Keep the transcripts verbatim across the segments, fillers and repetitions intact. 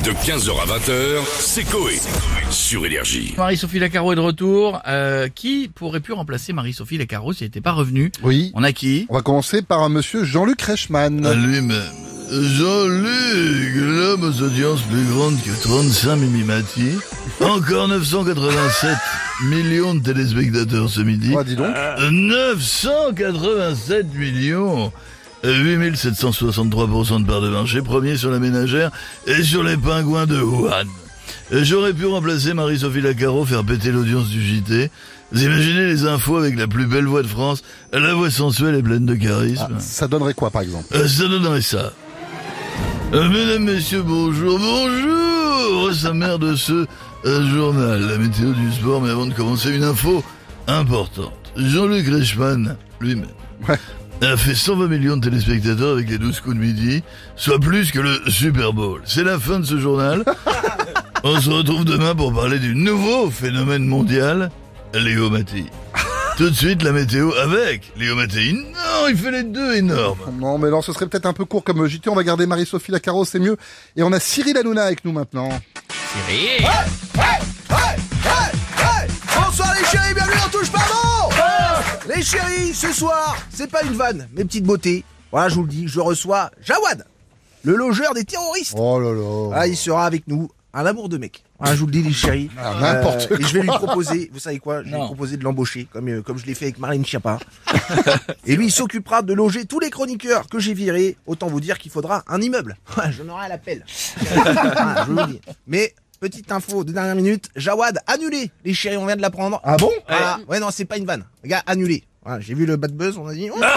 De quinze heures à vingt heures, c'est Coé. Sur Énergie. Marie-Sophie Lacaro est de retour. Euh, qui pourrait pu remplacer Marie-Sophie Lacaro si elle n'était pas revenue? Oui. On a qui? On va commencer par un monsieur Jean-Luc Reichmann. À lui-même. Jean-Luc, l'homme aux audiences plus grandes que trente-cinq Mimimati. Encore neuf cent quatre-vingt-sept millions de téléspectateurs ce midi. Oh, dis donc. neuf cent quatre-vingt-sept millions. huit mille sept cent soixante-trois pour cent de part de marché, premier sur la ménagère et sur les pingouins de Wuhan. J'aurais pu remplacer Marie-Sophie Lacaro, faire péter l'audience du J T. Vous imaginez les infos avec la plus belle voix de France, la voix sensuelle et pleine de charisme. Ah, ça donnerait quoi, par exemple? Euh, Ça donnerait ça. Euh, mesdames, messieurs, bonjour, bonjour. Ça mère de ce euh, journal, la météo du sport, mais avant de commencer, une info importante. Jean-Luc Reichmann, lui-même, Ouais. a fait cent vingt millions de téléspectateurs avec les douze coups de midi, soit plus que le Super Bowl. C'est la fin de ce journal. On se retrouve demain pour parler du nouveau phénomène mondial, Léo Mattei. Tout de suite, la météo avec Léo Mattei. Non, il fait les deux énormes. Non, mais non, ce serait peut-être un peu court comme J T. On va garder Marie-Sophie Lacaro, c'est mieux. Et on a Cyril Hanouna avec nous maintenant. Cyril. Bonsoir les chéris, bienvenue dans Touche Pardon. Les chéris, ce soir, c'est pas une vanne, mes petites beautés. Voilà, je vous le dis, je reçois Jawad, le logeur des terroristes. Oh là là. Ah, il sera avec nous, un amour de mec. Voilà, je vous le dis les chéris. Ah, n'importe Euh, Et je vais lui quoi. proposer, vous savez quoi, je vais Non. lui proposer de l'embaucher, comme, euh, comme je l'ai fait avec Marlène Schiappa. Et lui, il s'occupera de loger tous les chroniqueurs que j'ai virés. Autant vous dire qu'il faudra un immeuble. J'en aurai à l'appel. Ah, je vous le dis. Mais, petite info de dernière minute, Jawad annulé. Les chéris, on vient de l'apprendre. Ah bon? Voilà. Ouais, non, c'est pas une vanne. Les gars, annulé. Voilà, j'ai vu le bad buzz, on a dit. Bah,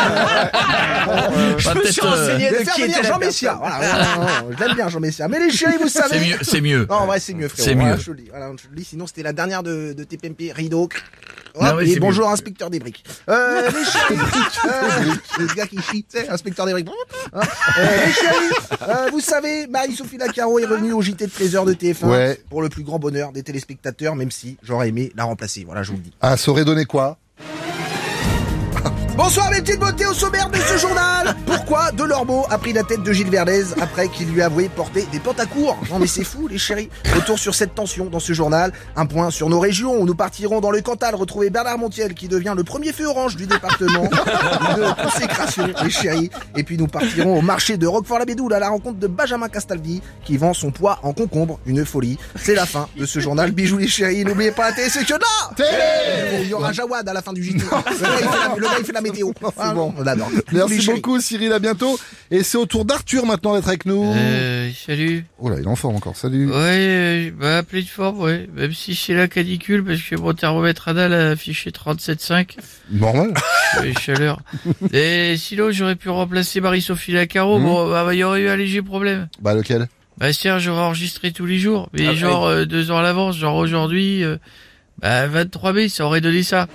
Je me suis peut-être, euh, renseigné de de faire qui venir était la Jean Messia. Voilà, non, non, non, je l'aime bien Jean Messia. Mais les chéris, vous savez. C'est mieux, c'est mieux. Non, en vrai, c'est mieux, frérot. C'est Voilà, mieux. je le dis. Voilà, je le dis. Sinon, c'était la dernière de, de T P M P, Rideau. Non, Hop, ouais, et c'est bonjour, inspecteur des briques. Euh, les chéris. euh, le gars qui chie, tu sais, inspecteur des briques. Hein, euh, les chéris, euh, vous savez, Marie-Sophie Lacaro est revenue au J T de treize heures de T F un. Ouais. Pour le plus grand bonheur des téléspectateurs, même si j'aurais aimé la remplacer. Voilà, je vous le dis. Ah, ça aurait donné quoi? Bonsoir mes petites beautés, au sommaire de ce journal. Pourquoi Delormeau a pris la tête de Gilles Verdez après qu'il lui a avoué porter des pantacours? Non mais c'est fou les chéris. Retour sur cette tension dans ce journal. Un point sur nos régions où nous partirons dans le Cantal retrouver Bernard Montiel qui devient le premier feu orange du département. Une consécration les chéris. Et puis nous partirons au marché de Roquefort-la-Bédoule à la rencontre de Benjamin Castaldi qui vend son poids en concombre. Une folie. C'est la fin de ce journal. Bijou les chéris. N'oubliez pas la télé, c'est que là. Il y aura Jawad à la fin du J T. Le gars il fait la, le gars, il fait la météo. c'est bon. On adore. Merci Les chéris. beaucoup, Cyril, à bientôt. Et c'est au tour d'Arthur maintenant d'être avec nous. Euh, salut. Oh là, il est en forme encore, salut. Ouais, euh, bah, pleine forme, ouais. Même si c'est la canicule, parce que mon thermomètre anal a affiché trente-sept virgule cinq. Normal. Les chaleurs. Et sinon, j'aurais pu remplacer Marie-Sophie Lacaro. Mmh. Bon, bah, il y aurait eu un léger problème. Bah, lequel? Bah, tiens, j'aurais enregistré tous les jours. Mais Ah, genre, euh, deux ans à l'avance. Genre aujourd'hui, euh, bah, vingt-trois mai, ça aurait donné ça.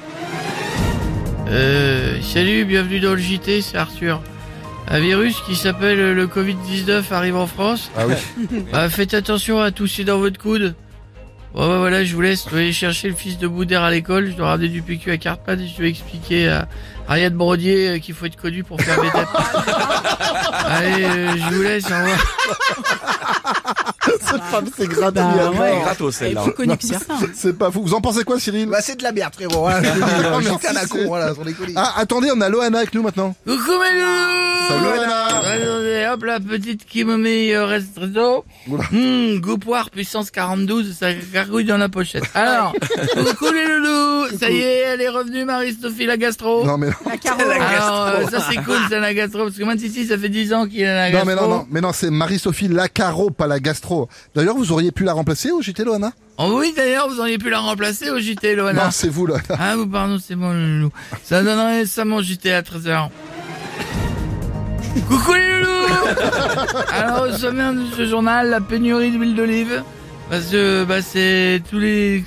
Euh, salut, bienvenue dans le J T, c'est Arthur. Un virus qui s'appelle le covid dix-neuf arrive en France. Ah oui. Bah, faites attention à tousser dans votre coude. Bon, bah, voilà, je vous laisse. Je dois aller chercher le fils de Boudère à l'école. Je dois ramener du P Q à Cartman et je dois expliquer à Ariane Brodier euh, qu'il faut être connu pour faire mes têtes. Allez, euh, je vous laisse, au revoir. Cette femme, c'est gratuit. Bah à ouais. mort. Gratos, celle-là. Plus connu que certains. C'est pas fou. Vous en pensez quoi, Cyril? Bah c'est de la merde frérot. Voilà, je te dis, Ah, j'étais merci, à la con, c'est- voilà, sur les colis. Ah, attendez, on a Loana avec nous maintenant. Coucou mes loulous. Salut, Loana. Attendez, hop, la petite qui me met euh, resto. Oula. Hum, goût poire, puissance quarante-douze, ça gargouille dans la pochette. Alors, coucou les loulous. Ça y est, elle est revenue, Marie-Sophie la gastro. Non, mais La Caro. Alors, euh, ça c'est cool, c'est la gastro, parce que moi, Titi, ça fait dix ans qu'il a la non, gastro. mais non, non, mais non, c'est Marie-Sophie Lacaro, pas la gastro. D'ailleurs, vous auriez pu la remplacer au J T, Loana? Oh oui, d'ailleurs, vous auriez pu la remplacer au J T, Loana. Non, c'est vous, Loana. Ah, vous, pardon, c'est bon, le loulou. Ça donnerait ça, mon J T à treize heures. Coucou les loulous. Alors, au sommaire de ce journal, la pénurie d'huile d'olive. Parce que, bah, c'est tous les...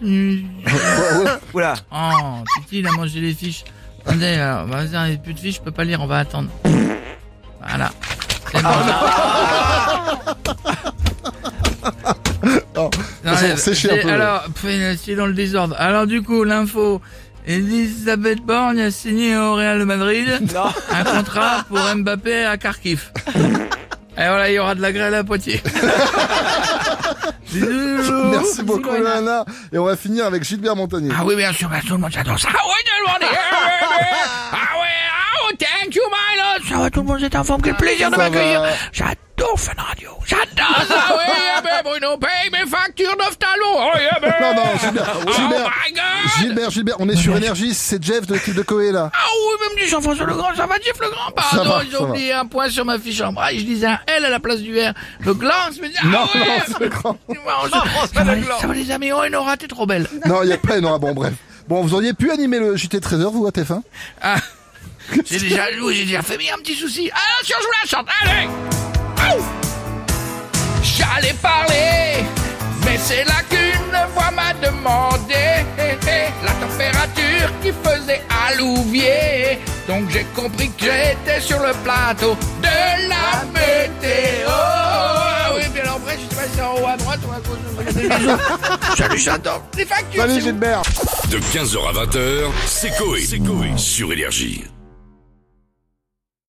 Oula. Oh, Titi, il a mangé les fiches. Attendez, alors, bah, vas-y, il n'y a plus de fiches, je peux pas lire, on va attendre. Voilà. C'est bon. Non, Non, façon, mais séchez un c'est- peu. Alors, pff, c'est dans le désordre. Alors du coup, l'info. Elisabeth Borne a signé au Real de Madrid Non. un contrat pour Mbappé à Kharkiv. Et voilà, il y aura de la grêle à Poitiers. Merci beaucoup, Loana. Et on va finir avec Gilbert Montagnier. Ah oui, bien sûr, tout le monde j'adore ça. Ah oui, tout le monde. Ah oui, ah oui, thank you, my lord. Ça va, tout le monde est en forme. Quel plaisir de Ça m'accueillir. va. J'adore Fun Radio. J'adore ça. Oui, yeah, ben, Bruno, paye mes factures d'ophtalmo. Oh, yeah, ben. Non, non, Gilbert, Oh Gilbert, my God. Gilbert, Gilbert, on est sur Énergie, c'est Jeff de l'équipe de Coé, là. Ah oui, même du Jean-François Legrand, ça va, Jeff Legrand. Ça Pardon, va, j'ai ça va. oublié un point sur ma fiche en braille. Je disais un L à la place du R. Le gland, je me dis, ah Non, ouais. non, c'est le grand. Bon, je- ça, va, les- ça va les amis, oh Nora, t'es trop belle. Non, il n'y a pas Nora, bon, bref. Bon, vous auriez pu animer le J T de treize heures, vous, à T F un? Ah, j'ai déjà joué, j'ai déjà fait bien un petit souci. Attention, je vous la chante, allez. Ouh. J'allais parler, mais c'est là qu'une voix m'a demandé la température qui faisait à Louviers. Donc j'ai compris que j'étais sur le plateau de la météo. Ah oui, puis alors après, je sais pas si c'est en haut à droite ou à gauche. Regardez les autres. Salut, j'adore les factures. Salut, c'est vous. Gilbert. De quinze heures à vingt heures, c'est Coé. Sur Énergie.